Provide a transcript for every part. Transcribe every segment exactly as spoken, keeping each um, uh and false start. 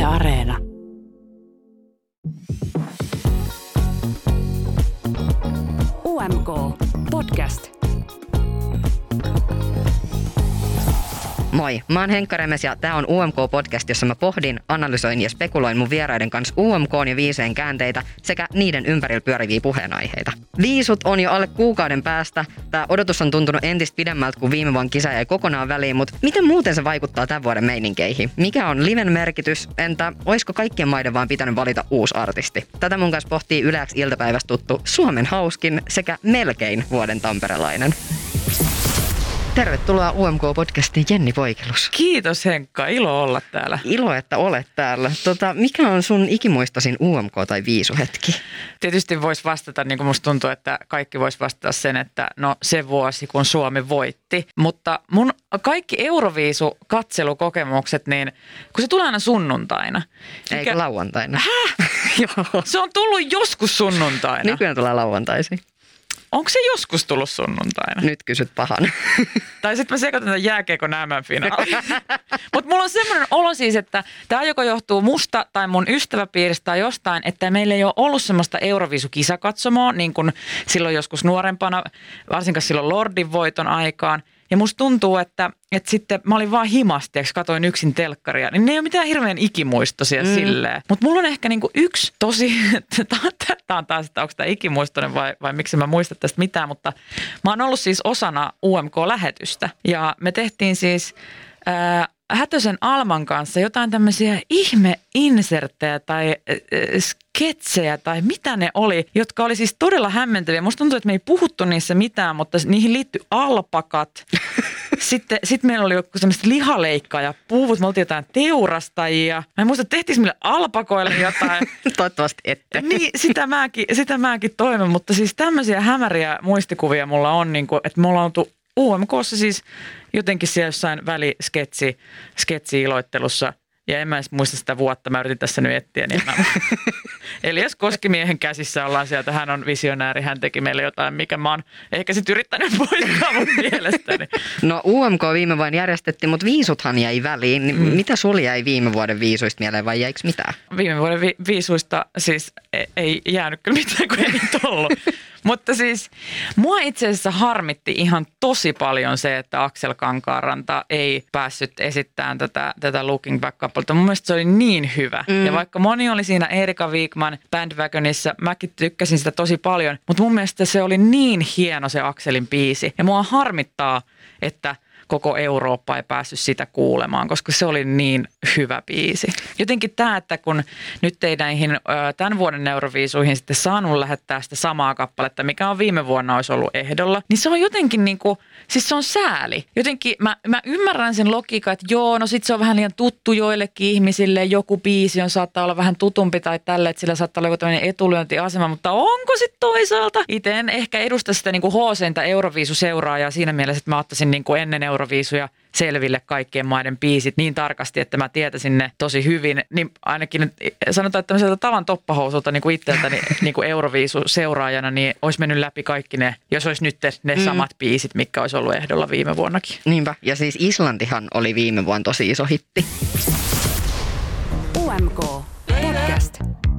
Yle Areena. U M K Podcast. Moi, mä oon Henkka Remes ja tää on U M K-podcast, jossa mä pohdin, analysoin ja spekuloin mun vieraiden kanssa U M K:n ja viiseen käänteitä sekä niiden ympärillä pyöriviä puheenaiheita. Viisut on jo alle kuukauden päästä. Tää odotus on tuntunut entistä pidemmältä, kun viime vuonna kisa jäi kokonaan väliin, mutta miten muuten se vaikuttaa tämän vuoden meininkeihin? Mikä on liven merkitys? Entä oisko kaikkien maiden vaan pitänyt valita uusi artisti? Tätä mun kanssa pohtii Yle X iltapäivästä tuttu Suomen hauskin sekä melkein vuoden tamperelainen. Tervetuloa U M K-podcastiin Jenni Poikelus. Kiitos Henkka, ilo olla täällä. Ilo, että olet täällä. Tota, mikä on sun ikimuistoisin U M K- tai viisuhetki? Tietysti voisi vastata, niin kuin musta tuntuu, että kaikki vois vastata sen, että no se vuosi, kun Suomi voitti. Mutta mun kaikki Euroviisu-katselukokemukset, niin kun se tulee aina sunnuntaina. Eikä mikä... lauantaina. Häh? Joo. Se on tullut joskus sunnuntaina. Nykyään tulee lauantaisin. Onko se joskus tullut sunnuntaina? Nyt kysyt pahan. Tai sitten mä sekoitan tämän jääkiekon M M-finaali. Mutta mulla on semmoinen olo siis, että tämä joko johtuu musta tai mun ystäväpiiristä tai jostain, että meillä ei ole ollut semmoista Euroviisu-kisakatsomoa, niin kuin silloin joskus nuorempana, varsinkaan silloin Lordin voiton aikaan. Ja musta tuntuu, että, että sitten mä olin vaan himasti, ja katoin yksin telkkaria, niin ne ei ole mitään hirveän ikimuistoisia mm. silleen. Mutta mulla on ehkä niinku yksi tosi, tämä on taas, että onko tämä ikimuistoinen vai, vai miksi mä muista tästä mitään, mutta mä oon ollut siis osana U M K-lähetystä. Ja me tehtiin siis ää, Hätösen Alman kanssa jotain tämmöisiä ihme-inserttejä tai äh, sketsejä tai mitä ne oli, jotka oli siis todella hämmentäviä. Musta tuntuu, että me ei puhuttu niissä mitään, mutta niihin liittyi alpakat. Sitten sit meillä oli joku semmoista lihaleikkaa ja puuvut. Me oltiin jotain teurastajia. Mä en muista, tehtiinkö meille alpakoille jotain. Toivottavasti ette. Niin, sitä mäkin, sitä mäkin toivon, mutta siis tämmöisiä hämäriä muistikuvia mulla on, niin kuin, että me ollaan oltu U M K:ssa siis jotenkin siellä jossain välisketsi, sketsi-iloittelussa. Ja en mä edes muista sitä vuotta, mä yritin tässä nyt etsiä. Niin mä... Elias Koskimiehen käsissä ollaan sieltä, hän on visionääri, hän teki meille jotain, mikä mä oon ehkä sitten yrittänyt poistaa mun mielestäni. No U M K viime vuonna järjestettiin, mutta viisuthan jäi väliin. Niin mm. Mitä sulla jäi viime vuoden viisuista mieleen vai jäikö mitään? Viime vuoden vi- viisuista siis ei, ei jäänyt kyllä mitään, kun ei niitä ollut. Mutta siis mua itse asiassa harmitti ihan tosi paljon se, että Aksel Kankaanranta ei päässyt esittämään tätä, tätä Looking Back-kappaletta. Mun mielestä se oli niin hyvä. Mm. Ja vaikka moni oli siinä Erika Wigman Bandwagonissa, mäkin tykkäsin sitä tosi paljon, mutta mun mielestä se oli niin hieno se Akselin biisi. Ja mua harmittaa, että koko Eurooppa ei päässyt sitä kuulemaan, koska se oli niin hyvä biisi. Jotenkin tämä, että kun nyt ei näihin tämän vuoden Euroviisuihin sitten saanut lähettää sitä samaa kappaletta, mikä on viime vuonna olisi ollut ehdolla, niin se on jotenkin niin kuin, siis se on sääli. Jotenkin mä, mä ymmärrän sen logiikan, että joo, no sit se on vähän liian tuttu joillekin ihmisille, joku biisi on saattaa olla vähän tutumpi tai tälle, että sillä saattaa olla joku tämmöinen etulyöntiasema, mutta onko sitten toisaalta? Itse en ehkä edusta sitä niin kuin H C:ntä Euroviisuseuraajaa siinä mielessä, että mä ottaisin niin kuin ennen Euroviisuja selville kaikkien maiden biisit niin tarkasti, että mä tietäisin ne tosi hyvin. Niin ainakin sanotaan, että tämmöiseltä tavan toppahousulta niin kuin itseltäni niin kuin Euroviisu-seuraajana, niin olisi mennyt läpi kaikki ne, jos olisi nyt ne samat mm. biisit, mitkä olisi ollut ehdolla viime vuonnakin. Niinpä. Ja siis Islantihan oli viime vuonna tosi iso hitti. U M K Podcast.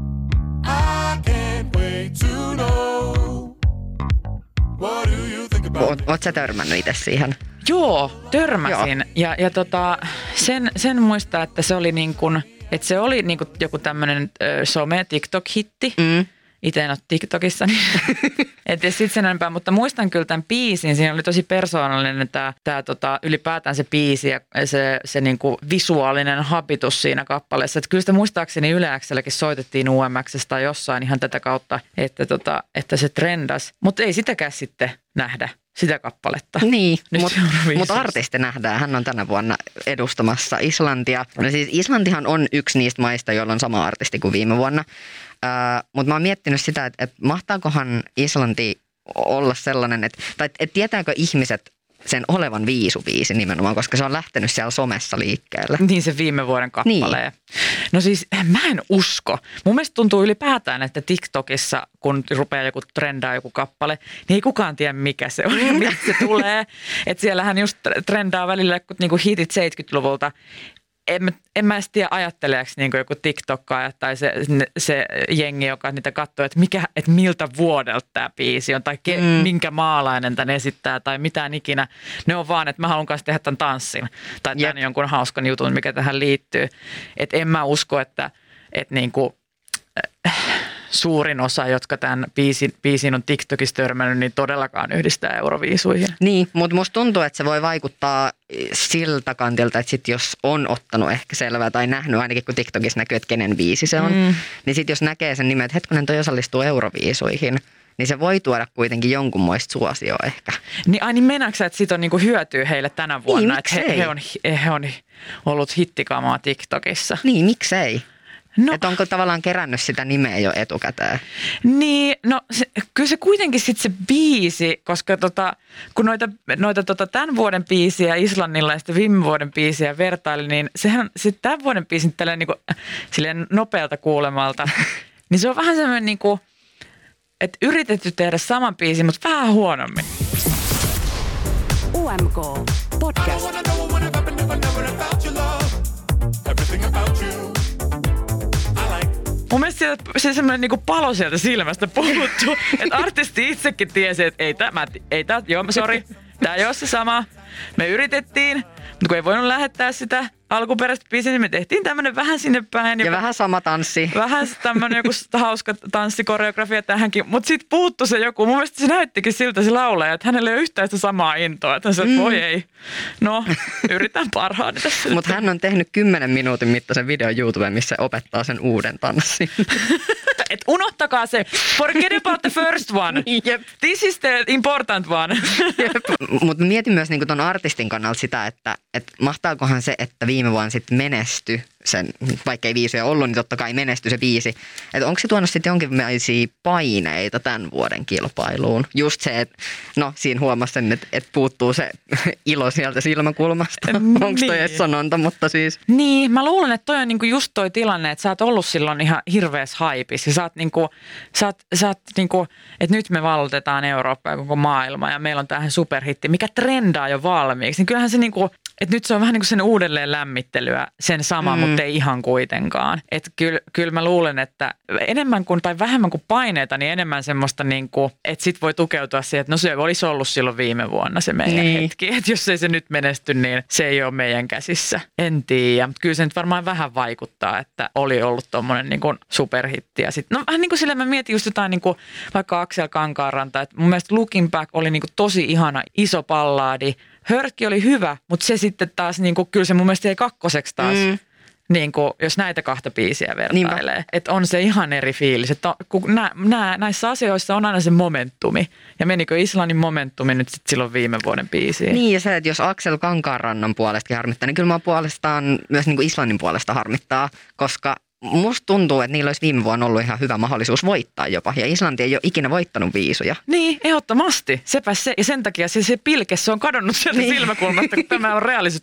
Oot, oot sä törmännyt itse siihen? Joo, törmäsin. Joo. Ja, ja tota, sen, sen muistaa, että se oli niin kuin, että se oli niin kuin joku tämmöinen some TikTok-hitti. Mm. Itse en ole TikTokissa, niin en tiedä sit sen enempää, mutta muistan kyllä tämän biisin. Siinä oli tosi persoonallinen tämä, tämä tota, ylipäätään se biisi ja se, se niinku visuaalinen habitus siinä kappaleessa. Että kyllä sitä muistaakseni Yle X:lläkin soitettiin U M X:stä tai jossain ihan tätä kautta, että, tota, että se trendas. Mutta ei sitäkään sitten nähdä. Sitä kappaletta. Niin, mutta mut artisti nähdään. Hän on tänä vuonna edustamassa Islantia. No siis Islantihan on yksi niistä maista, joilla on sama artisti kuin viime vuonna. Uh, mutta mä oon miettinyt sitä, että, että mahtaakohan Islanti olla sellainen, että, tai että, että tietääkö ihmiset sen olevan viisubiisi nimenomaan, koska se on lähtenyt siellä somessa liikkeelle. Niin se viime vuoden kappaleen. Niin. No siis mä en usko. Mun mielestä tuntuu ylipäätään, että TikTokissa, kun rupeaa joku trendaa joku kappale, niin ei kukaan tiedä mikä se on ja mistä se tulee. Että siellähän just trendaa välillä niinku hitit seitsemänkymmentäluvulta. en, mä, en mä edes tiedä ajatteleeko niin kuin joku TikTokkaaja tai se, se jengi, joka niitä katsoo, että, mikä, että miltä vuodelta tämä biisi on tai ke, mm. minkä maalainen tämän esittää tai mitään ikinä. Ne on vaan, että mä haluan kanssa tehdä tämän tanssin tai tämän yep. jonkun hauskan jutun, mikä tähän liittyy. Että en mä usko, että, että niin kuin, äh, suurin osa, jotka tämän biisin, biisin on TikTokissa törmännyt, niin todellakaan yhdistää Euroviisuihin. Niin, mutta musta tuntuu, että se voi vaikuttaa siltä kantilta, että sit jos on ottanut ehkä selvää tai nähnyt, ainakin kun TikTokissa näkyy, että kenen biisi se on, mm. niin sit jos näkee sen nimen, että hetkonen toi osallistuu Euroviisuihin, niin se voi tuoda kuitenkin jonkunmoista suosioa ehkä. Niin ai niin mennäänkö että siitä on niinku hyötyä heille tänä vuonna, niin, että he, he, on, he on ollut hittikamaa TikTokissa? Niin, miksei? No, että onko tavallaan kerännyt sitä nimeä jo etukäteen? Niin, no se, kyllä se kuitenkin sitten se biisi, koska tota, kun noita, noita tota tämän vuoden biisiä Islannilla ja sitten viime vuoden biisiä vertaili, niin sehän sitten tämän vuoden biisin tälleen niinku, silleen nopealta kuulemalta, niin se on vähän semmoinen niinku, että yritetty tehdä saman biisin, mutta vähän huonommin. U M K Podcast. Mun mielestä sieltä, se semmoinen niinku palo sieltä silmästä puhuttu, että artisti itsekin tiesi, että ei tämä, ei tämä, joo, sori, tämä ei ole se sama. Me yritettiin, mutta kun ei voinut lähettää sitä alkuperäistä biisiä, niin me tehtiin tämmöinen vähän sinne päin. Ja joka, vähän sama tanssi. Vähän tämmöinen joku hauska tanssikoreografia tähänkin, mutta sitten puuttui se joku. Mun mielestä se näyttikin siltä se laulaja, että hänellä ei ole yhtään sitä samaa intoa. Että hän sanoi, että voi ei, no yritän parhaani tässä. Mutta hän on tehnyt kymmenen minuutin mittaisen videon YouTubeen, missä opettaa sen uuden tanssin. Et unohtakaa se. Forget about the first one. Jep. This is the important one. Mutta mietin myös niinku ton artistin kannalta sitä, että et mahtaakohan se, että viime vuonna sitten menesty sen, vaikka ei viisuja ollut, niin totta kai menesty se biisi. Että onko se tuonut sitten jonkinlaisia paineita tämän vuoden kilpailuun? Just se, että no siinä huomasi sen, että et puuttuu se ilo sieltä silmäkulmasta. Onko niin. toi edes sanonta, mutta siis. Niin, mä luulen, että toi on niinku just toi tilanne, että sä oot ollut silloin ihan hirveässä haipissa. Ja sä oot niinku, sä oot, sä oot niinku, että nyt me vallotetaan Eurooppaa ja koko maailma ja meillä on tähän superhitti, mikä trendaa jo valmiiksi. Niin kyllähän se niinku, että nyt se on vähän niin kuin sen uudelleen lämmittelyä, sen sama, mm. mutta ei ihan kuitenkaan. Että kyllä, kyllä mä luulen, että enemmän kuin tai vähemmän kuin paineita, niin enemmän semmoista niin kuin, että sit voi tukeutua siihen, että no se olisi ollut silloin viime vuonna se meidän niin. hetki. Että jos ei se nyt menesty, niin se ei ole meidän käsissä. En tiedä, mutta kyllä se nyt varmaan vähän vaikuttaa, että oli ollut tommoinen niin kuin superhitti. Ja sit, no vähän niin kuin sillä mä mietin just jotain niin kuin vaikka Aksel Kankaanranta, että mun mielestä Looking Back oli niin kuin tosi ihana iso ballaadi. Hörkki oli hyvä, mutta se sitten taas, niin kuin, kyllä se mun mielestä jäi kakkoseksi taas, mm. niin kuin, jos näitä kahta biisiä vertailee. Että on se ihan eri fiilis. Että kun nää, nää, näissä asioissa on aina se momentumi. Ja menikö Islannin momentumi nyt sitten silloin viime vuoden biisiin? Niin ja se, että jos Aksel Kankaanrannan puolestakin harmittaa, niin kyllä mä puolestaan myös niin kuin Islannin puolesta harmittaa, koska musta tuntuu, että niillä olisi viime vuonna ollut ihan hyvä mahdollisuus voittaa jopa. Ja Islanti ei ole ikinä voittanut viisuja. Niin, ehdottomasti. Sepä se. Ja sen takia se, se pilke, se on kadonnut sieltä niin. silmäkulmasta, kun tämä on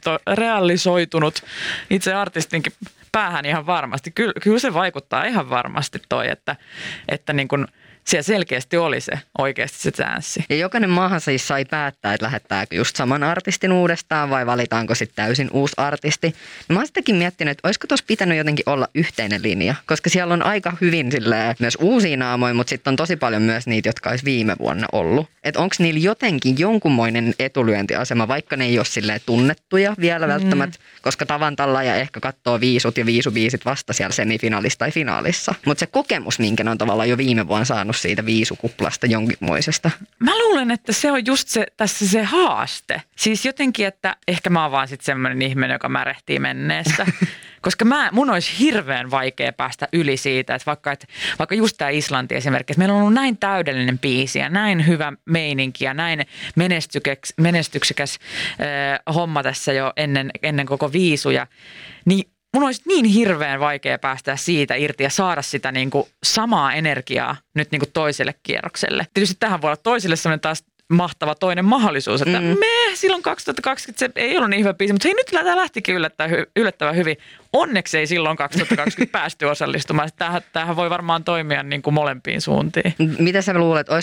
realisoitunut itse artistinkin päähän ihan varmasti. Kyllä, kyllä se vaikuttaa ihan varmasti toi, että, että niin kuin siellä selkeästi oli se oikeasti se chanssi. Ja jokainen maahan siis sai päättää, että lähettääkö just saman artistin uudestaan vai valitaanko sitten täysin uusi artisti. No mä oon sittenkin miettinyt, että olisiko tuossa pitänyt jotenkin olla yhteinen linja, koska siellä on aika hyvin silleen, myös uusia naamoja, mutta sitten on tosi paljon myös niitä, jotka olisi viime vuonna ollut. Että onko niillä jotenkin jonkunmoinen etulyöntiasema, vaikka ne ei ole silleen tunnettuja vielä välttämättä, mm. koska tavan talla ja ehkä katsoo viisut ja viisubiisit vasta siellä semifinaalissa tai finaalissa. Mutta se kokemus, minkä ne on tavallaan jo viime vuonna saanut siitä viisukuplasta jonkinmoisesta. Mä luulen, että se on just se, tässä se haaste. Siis jotenkin, että ehkä mä oon vaan sitten semmoinen ihminen, joka märehtii menneessä. Koska mä, mun olisi hirveän vaikea päästä yli siitä, että vaikka, että vaikka just tämä Islanti esimerkiksi, että meillä on ollut näin täydellinen biisi ja näin hyvä meininki ja näin menestyksekäs, menestyksekäs äh, homma tässä jo ennen, ennen koko viisuja, niin mun olisi niin hirveän vaikea päästä siitä irti ja saada sitä niin kuin samaa energiaa nyt niin kuin toiselle kierrokselle. Tietysti tähän voi olla toisille sellainen taas mahtava toinen mahdollisuus, että mm. me silloin kaksituhattakaksikymmentä se ei ollut niin hyvä biisi, mutta hei nyt tämä lähtikin yllättävän, yllättävän hyvin. Onneksi ei silloin kaksituhattakaksikymmentä päästy osallistumaan. Tämähän, tämähän voi varmaan toimia niin kuin molempiin suuntiin. Mitä sä luulet, olisiko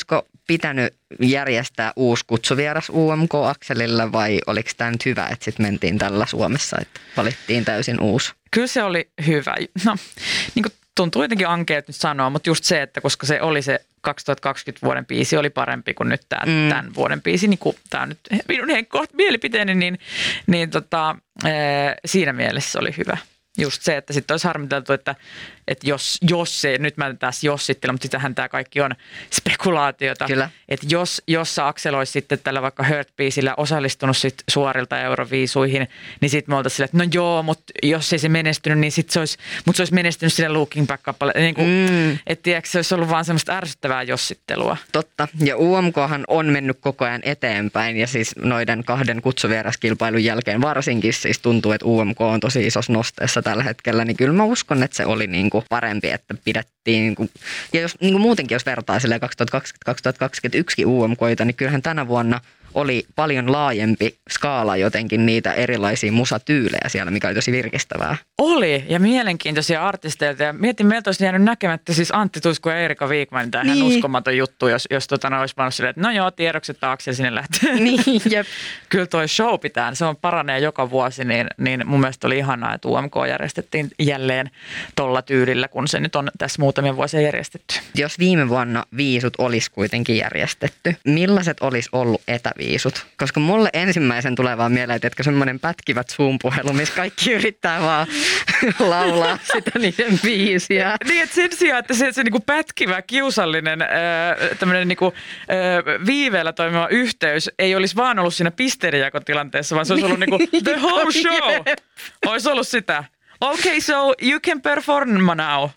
pitänyt järjestää uusi kutsuvieras U M K-akselilla vai oliko tämä nyt hyvä, että sitten mentiin tällä Suomessa, että valittiin täysin uusi? Kyllä se oli hyvä. No, niin kuin tuntuu jotenkin ankeet nyt sanoa, mutta just se, että koska se oli se kaksituhattakaksikymmentä vuoden biisi oli parempi kuin nyt tämä, mm. tämän vuoden biisi, niin kuin tämä on nyt minun henkkoht mielipiteeni, niin, niin tota, ee, siinä mielessä oli hyvä. Just se, että sitten olisi harmiteltu, että, että jos, jos se, nyt mä tässä jossittelen, mutta sitähän tämä kaikki on spekulaatiota. Kyllä. Että jos, jos Aksel olisi sitten tällä vaikka Hurt-biisillä osallistunut sit suorilta Euroviisuihin, niin sitten me oltaisiin silleen, että no joo, mutta jos ei se menestynyt, niin sitten se olisi, mutta se olisi menestynyt sille Looking Back-kappale. Niin mm. Että tiedätkö, se olisi ollut vaan semmoista ärsyttävää jossittelua. Totta. Ja U M K:han on mennyt koko ajan eteenpäin ja siis noiden kahden kutsuvieraskilpailun jälkeen varsinkin siis tuntuu, että U M K on tosi isossa nosteessa tällä hetkellä, niin kyllä mä uskon, että se oli niin kuin parempi, että pidettiin, niin kuin, ja jos niin kuin muutenkin jos vertaa silleen kaksituhattakaksikymmentä kaksituhattakaksikymmentäyksi U M K:ita, niin kyllähän tänä vuonna oli paljon laajempi skaala jotenkin niitä erilaisia musatyylejä siellä, mikä oli tosi virkistävää. Oli, ja mielenkiintoisia artisteilta. Ja mietin, meiltä olisi jäänyt näkemättä siis Antti Tuisku ja Eerika Viikman, tämä niin. uskomaton juttu, jos, jos tota, olisi vaan silleen, että no joo, tiedokset taakse sinne lähtee. Niin, jep. Kyllä toi show pitää, se on paranee joka vuosi, niin, niin mun mielestä oli ihanaa, että U M K järjestettiin jälleen tolla tyylillä, kun se nyt on tässä muutamia vuosia järjestetty. Jos viime vuonna viisut olisi kuitenkin järjestetty, millaiset olisi ollut etäviisut? Koska mulle ensimmäisen tulee vaan mieleen, että semmoinen pätkivät Zoom-puhelu, missä kaikki yrittää vaan laulaa sitä niiden biisiä. Niin, että sen sijaan, että se, se niinku pätkivä, kiusallinen, tämmöinen niinku, viiveellä toimiva yhteys ei olisi vaan ollut siinä pisteidenjakotilanteessa, vaan se olisi ollut niinku the whole show. Olisi ollut sitä. Okay, so you can perform now.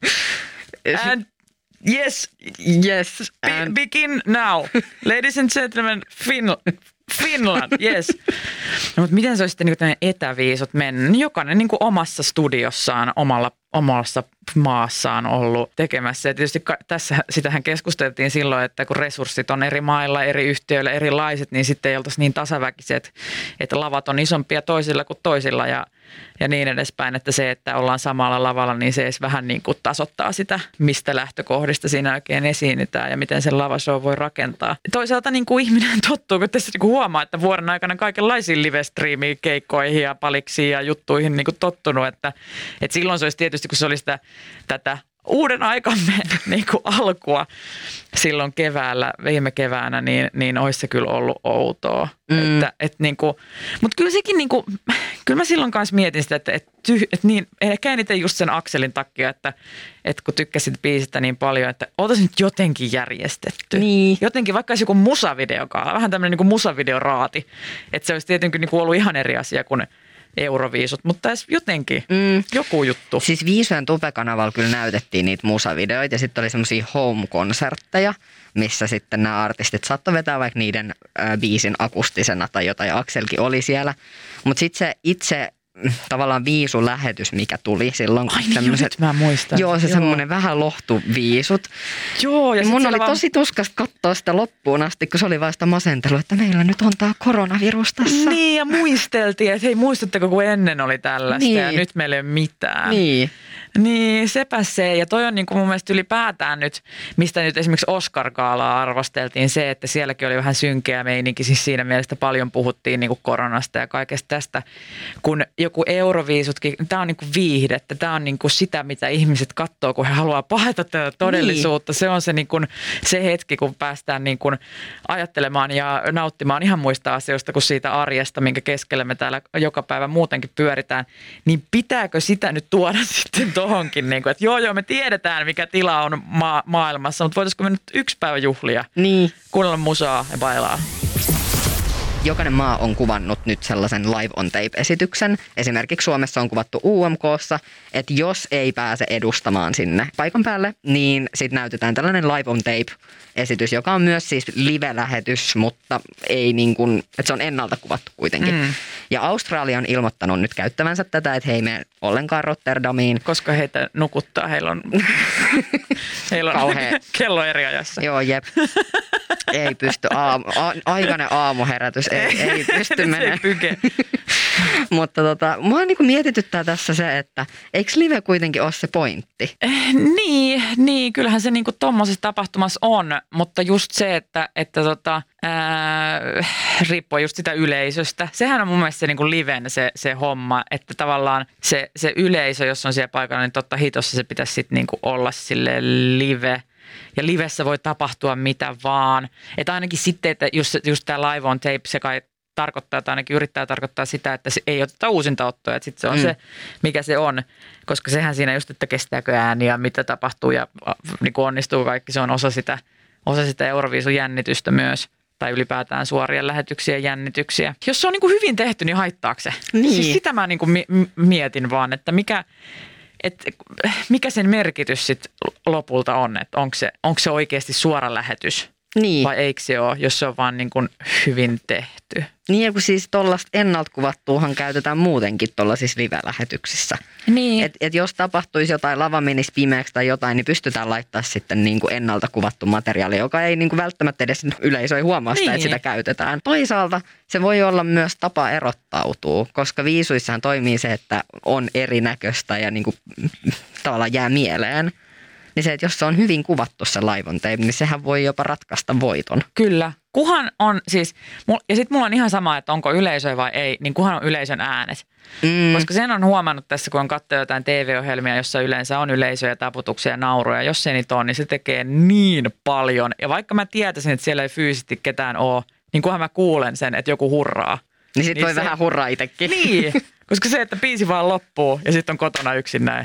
And yes, yes. Be- begin now. Ladies and gentlemen, Finland. Finland, yes. No, mutta miten se olisi sitten niin tämmöinen etäviisut mennyt? Jokainen niin kuin omassa studiossaan, omalla, omassa maassaan ollut tekemässä. Ja tietysti tässä sitähän keskusteltiin silloin, että kun resurssit on eri mailla, eri yhtiöillä erilaiset, niin sitten ei oltaisi niin tasaväkiset, että lavat on isompia toisilla kuin toisilla ja, ja niin edespäin. Että se, että ollaan samalla lavalla, niin se edes vähän niin kuin tasoittaa sitä, mistä lähtökohdista siinä oikein esiinnytään ja miten sen lavashow voi rakentaa. Toisaalta niin kuin ihminen tottuu, kun tässä niin kuin huomaa, että vuoden aikana kaikenlaisiin live-striimiin, keikkoihin ja paliksiin ja juttuihin niin kuin tottunut, että, että silloin se olisi tietysti, kun se olisi sitä, tätä uuden aikamme niin kuin alkua silloin keväällä, viime keväänä, niin, niin olisi se kyllä ollut outoa. Mm. Että, et niin kuin, mutta kyllä sekin, niin kuin, kyllä mä silloin kanssa mietin sitä, että, että, että niin, ehkä eniten just sen Akselin takia, että, että kun tykkäsit biisistä niin paljon, että oltaisiin nyt jotenkin järjestetty. Niin. Jotenkin vaikka olisi joku musavideokaan, vähän tämmöinen niin kuin musavideoraati, että se olisi tietenkin niin kuin ollut ihan eri asia kuin Euroviisut, mutta edes jotenkin mm. joku juttu. Siis Viisujen Tube-kanavalla kyllä näytettiin niitä musavideoita ja sitten oli semmoisia home-konsertteja, missä sitten nämä artistit saattoi vetää vaikka niiden äh, biisin akustisena tai jotain, Akselkin oli siellä. Mutta sitten se itse tavallaan viisulähetys, mikä tuli silloin. Ai niin, nyt mä muistan. Joo, se joo. semmoinen vähän lohtuviisut. Joo. Ja, ja mun oli vaan tosi tuskasta katsoa sitä loppuun asti, kun se oli vasta masentelu, että meillä nyt on tää koronavirus tässä. Niin, ja muisteltiin, että hei, muistatteko, kun ennen oli tällaista niin. ja nyt meillä ei ole mitään. Niin. Niin, sepä se. Ja toi on niin kuin mun mielestä ylipäätään nyt, mistä nyt esimerkiksi Oscar-gaalaa arvosteltiin se, että sielläkin oli vähän synkeä meininki. Siis siinä mielessä paljon puhuttiin niin kuin koronasta ja kaikesta tästä, kun joku Euroviisutkin, tämä on niin kuin viihdettä, tämä on niin kuin sitä, mitä ihmiset katsoo, kun he haluaa paeta tätä todellisuutta. Niin. Se on se, niin kuin, se hetki, kun päästään niin kuin ajattelemaan ja nauttimaan ihan muista asioista kuin siitä arjesta, minkä keskellä me täällä joka päivä muutenkin pyöritään. Niin pitääkö sitä nyt tuoda sitten tohonkin, niin kuin, että joo joo me tiedetään, mikä tila on ma- maailmassa, mutta voitaisiko me nyt yksi päivä juhlia, niin. kuunnella musaa ja bailaa. Jokainen maa on kuvannut nyt sellaisen live on tape-esityksen. Esimerkiksi Suomessa on kuvattu U M K:ssa, että jos ei pääse edustamaan sinne paikan päälle, niin sitten näytetään tällainen live on tape-esitys, joka on myös siis live-lähetys, mutta ei niin kuin, että se on ennalta kuvattu kuitenkin. Mm. Ja Australia on ilmoittanut nyt käyttävänsä tätä, että he ei mene ollenkaan Rotterdamiin. Koska heitä nukuttaa, heillä on, heillä on kauhea kello eri ajassa. Joo, jep. Ei pysty, aamu, a, aikainen aamuherätys, ei, ei pysty menemään. Mutta tota, mua niinku mietityttää tässä se, että eikö live kuitenkin ole se pointti? Eh, niin, niin, kyllähän se niinku tommosessa tapahtumassa on, mutta just se, että, että tota, ää, riippuu just sitä yleisöstä. Sehän on mun mielestä se niinku liven se, se homma, että tavallaan se, se yleisö, jos on siellä paikalla, niin totta hitossa se pitäisi sitten niinku olla sille live. Ja livessä voi tapahtua mitä vaan. Että ainakin sitten, että just, just tämä live on tape, se kai tarkoittaa, tai ainakin yrittää tarkoittaa sitä, että se ei oteta uusintaottoja. Että sitten se on mm. se, mikä se on. Koska sehän siinä just, että kestääkö ääni ja mitä tapahtuu ja niin kuin onnistuu kaikki. Se on osa sitä, osa sitä Euroviisun jännitystä myös. Tai ylipäätään suorien lähetyksien jännityksiä. Jos se on niin kuin hyvin tehty, niin haittaako se? Niin. Siis sitä mä niin kuin mietin vaan, että mikä... Et mikä sen merkitys sitten lopulta on, että onko se, onko se oikeasti suora lähetys Niin. vai eikö se ole, jos se on vaan niin kuin hyvin tehty. Niin ja kun siis tuollaista ennalta kuvattuuhan käytetään muutenkin tuollaisissa live-lähetyksissä. Niin. Et, et jos tapahtuisi jotain, lava menisi pimeäksi tai jotain, niin pystytään laittaa sitten niin kuin ennalta kuvattu materiaali, joka ei niin kuin välttämättä edes yleisö ei huomaa sitä, niin. että sitä käytetään. Toisaalta se voi olla myös tapa erottautua, koska viisuissahan toimii se, että on erinäköistä ja niin kuin, tavallaan jää mieleen. Niin se, että jos se on hyvin kuvattu se live on tape, niin sehän voi jopa ratkaista voiton. Kyllä. Kuhan on siis, ja sitten mulla on ihan sama, että onko yleisö vai ei, niin kuhan on yleisön äänet. Mm. Koska sen on huomannut tässä, kun on katsonut jotain T V-ohjelmia, jossa yleensä on yleisöjä, taputuksia ja nauruja. Jos se niitä on, niin se tekee niin paljon. Ja vaikka mä tietäisin, että siellä ei fyysisesti ketään ole, niin kunhan mä kuulen sen, että joku hurraa. Niin sit niin voi se... vähän hurraa itsekin. Niin, koska se, että biisi vaan loppuu ja sitten on kotona yksin näin.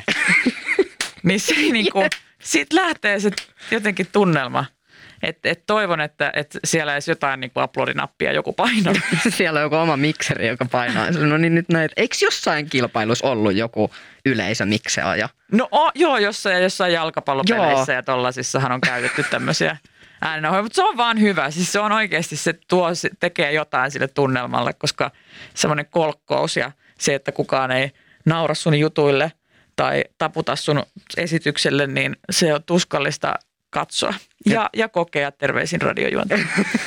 Niin se niinku, siitä lähtee se jotenkin tunnelma. Että et toivon, että et siellä edes jotain niinku aplodinappia joku painaa. Siellä on joku oma mikseri, joka painaa. No niin nyt näin, eikö jossain kilpailussa ollut joku yleisömikseaja? No o, joo, jossain, jossain jalkapallopeleissä joo. Ja tollasissahan on käytetty tämmöisiä äänenauhoja. Mutta se on vaan hyvä. Siis se on oikeasti, se tuo, se tekee jotain sille tunnelmalle, koska semmoinen kolkkous ja se, että kukaan ei naura sun jutuille tai taputa sun esitykselle, niin se on tuskallista katsoa ja, ja kokea. Terveisin radiojuonta.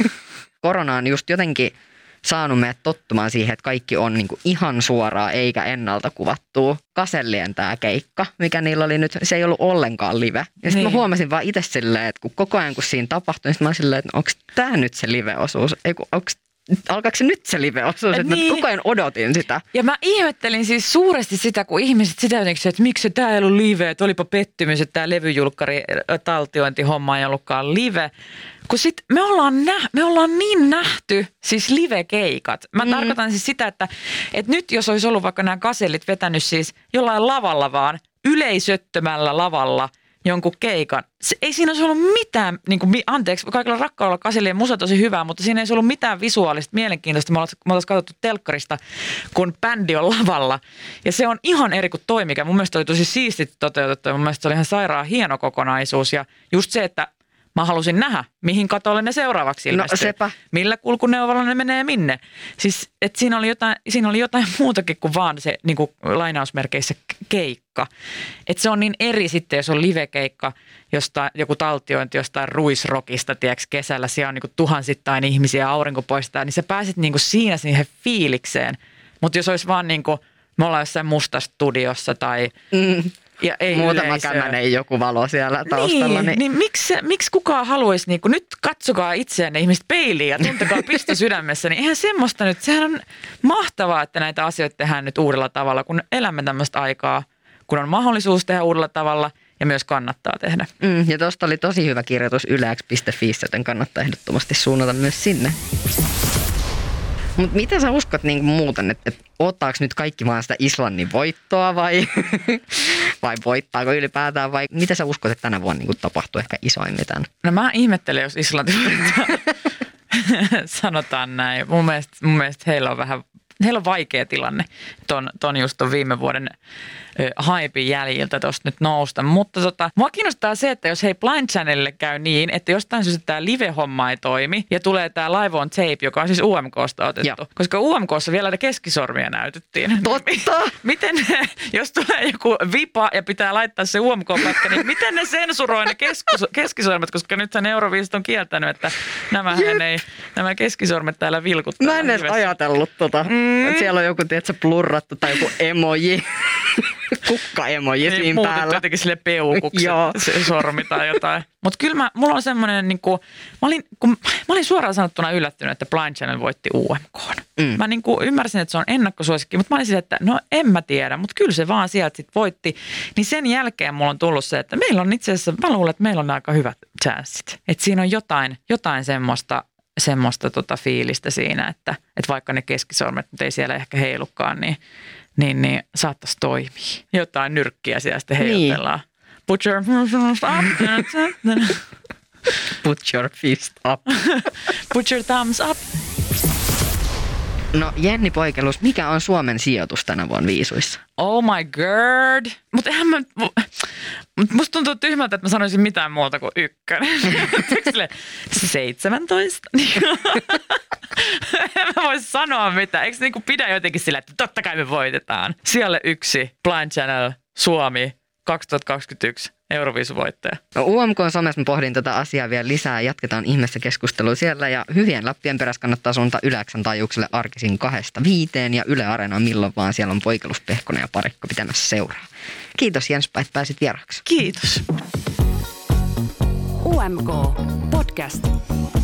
Korona on just jotenkin saanut meidät tottumaan siihen, että kaikki on niinku ihan suoraa eikä ennalta kuvattua. Kasellien tämä keikka, mikä niillä oli nyt, se ei ollut ollenkaan live. Ja sitten niin. Mä huomasin vaan itse silleen, että kun koko ajan kun siinä tapahtui, niin mä olin silleen, että onko tämä nyt se live-osuus? Ei kun, onko alkaako se nyt se live-osuus? Että niin. Mä koko ajan odotin sitä. Ja mä ihmettelin siis suuresti sitä, kun ihmiset sitä jotenkin, että miksi tämä ei ollut live, että olipa pettymys, että tämä levyjulkkari taltiointihomma ei ollutkaan live. Kun sit me ollaan, nä- me ollaan niin nähty siis live-keikat. Mä mm. tarkoitan siis sitä, että, että nyt jos olisi ollut vaikka nämä kasellit vetänyt siis jollain lavalla vaan, yleisöttömällä lavalla, jonkun keikan. Se, ei siinä olisi ollut mitään, niin kuin, anteeksi, kaikilla rakkaudella Kasellien musa tosi hyvää, mutta siinä ei olisi ollut mitään visuaalista mielenkiintoista. Me oltaisiin katsottu telkkarista, kun bändi on lavalla. Ja se on ihan eri kuin toi, mikä mun mielestä oli tosi siisti toteutettu. Ja mun mielestä se oli ihan sairaan hieno kokonaisuus. Ja just se, että mä halusin nähdä, mihin katolle ne seuraavaksi ilmestyy. No sepä. Millä kulkuneuvalla ne menee minne. Siis, että siinä oli jotain, siinä oli jotain muutakin kuin vaan se niin kuin lainausmerkeissä keikka. Että se on niin eri sitten, jos on live-keikka, josta joku taltiointi jostain ruisrokista, tiedätkö, kesällä. Siellä on niin kuin tuhansittain ihmisiä, aurinko poistaa, niin sä pääset niin kuin siinä siihen fiilikseen. Mutta jos olisi vaan niin kuin, me ollaan jossain mustassa studiossa tai... Mm. Ja ei muutama kämänen joku valo siellä taustalla. Niin, niin, niin miksi, miksi kukaan haluaisi, niin kun nyt katsokaa itseänne ihmiset peiliin ja tuntekaa pisto sydämessä, niin eihän semmoista nyt, sehän on mahtavaa, että näitä asioita tehdään nyt uudella tavalla, kun elämme tämmöistä aikaa, kun on mahdollisuus tehdä uudella tavalla ja myös kannattaa tehdä. Mm, ja tuosta oli tosi hyvä kirjoitus yleäks piste fi, joten kannattaa ehdottomasti suunnata myös sinne. Mutta mitä sä uskot niin muuten, että, että ottaako nyt kaikki vaan sitä Islannin voittoa vai, vai voittaako ylipäätään vai mitä sä uskot, että tänä vuonna niin tapahtuu ehkä isoimmitaan? No mä ihmettelen, jos Islanti voittaa. Sanotaan näin. Mun mielestä, mun mielestä heillä on vähän, heillä on vaikea tilanne ton, ton just ton viime vuoden haipin jäljiltä tuosta nyt nousta. Mutta tota, mua kiinnostaa se, että jos hei Blind Channelille käy niin, että jostain syystä tämä live-homma ei toimi ja tulee tämä Live on Tape, joka on siis U M K:sta otettu. Ja. Koska U M K:ssa vielä keskisormia näytettiin. Totta! Miten ne, jos tulee joku vipa ja pitää laittaa se U M K-pätkä, niin miten ne sensuroi ne keskus, keskisormet, koska nythän Euroviisut on kieltänyt, että nämähän ei, nämä keskisormet täällä vilkuttaa. Mä en edes ajatellut tota. Mm. Mm. Siellä on joku, tiedätkö, plurrattu tai joku emoji. Kukka-emoji niin, siinä päällä. Muutettu jotenkin sille peukukset, se sormi tai jotain. Mutta kyllä mä, mulla on semmoinen, niin kuin, mä, olin, kun, mä olin suoraan sanottuna yllättynyt, että Blind Channel voitti U M K:n. Mm. Mä niin kuin ymmärsin, että se on ennakkosuosikki, mutta mä olin silleen, että no en mä tiedä, mutta kyllä se vaan sieltä sitten voitti. Niin sen jälkeen mulla on tullut se, että meillä on itse asiassa, mä luulen, että meillä on aika hyvät chanssit. Että siinä on jotain, jotain semmoista, semmoista tota fiilistä siinä, että, että vaikka ne keskisormet nyt ei siellä ehkä heilukaan, niin niin, niin saattaisi toimia. Jotain nyrkkiä siellä sitten heilutellaan. Niin. Put your up. Put your fist up. Put your thumbs up. No Jenni Poikelus, mikä on Suomen sijoitus tänä vuonna viisuissa? Oh my god. Mutta eihän mä, musta tuntuu tyhmältä, että mä sanoisin mitään muuta kuin ykkönen. seitsemäntoista. En mä vois sanoa mitään. Eikö niinku pidä jotenkin sillä, että totta kai me voitetaan. Siellä yksi Blind Channel Suomi kaksituhattakaksikymmentäyksi Euroviisuvoittaja. No U M K:n somessa mä pohdin tätä asiaa vielä lisää. Jatketaan ihmeessä keskustelua siellä ja hyvien läppien perässä kannattaa suuntaa Yle X:n taajuukselle arkisin kahdesta viiteen ja Yle Areenaan milloin vaan. Siellä on Poikelus, Pehkonen ja Parikko pitämässä seuraa. Kiitos Jenspa, että pääsit vieraaksi. Kiitos. U M K Podcast.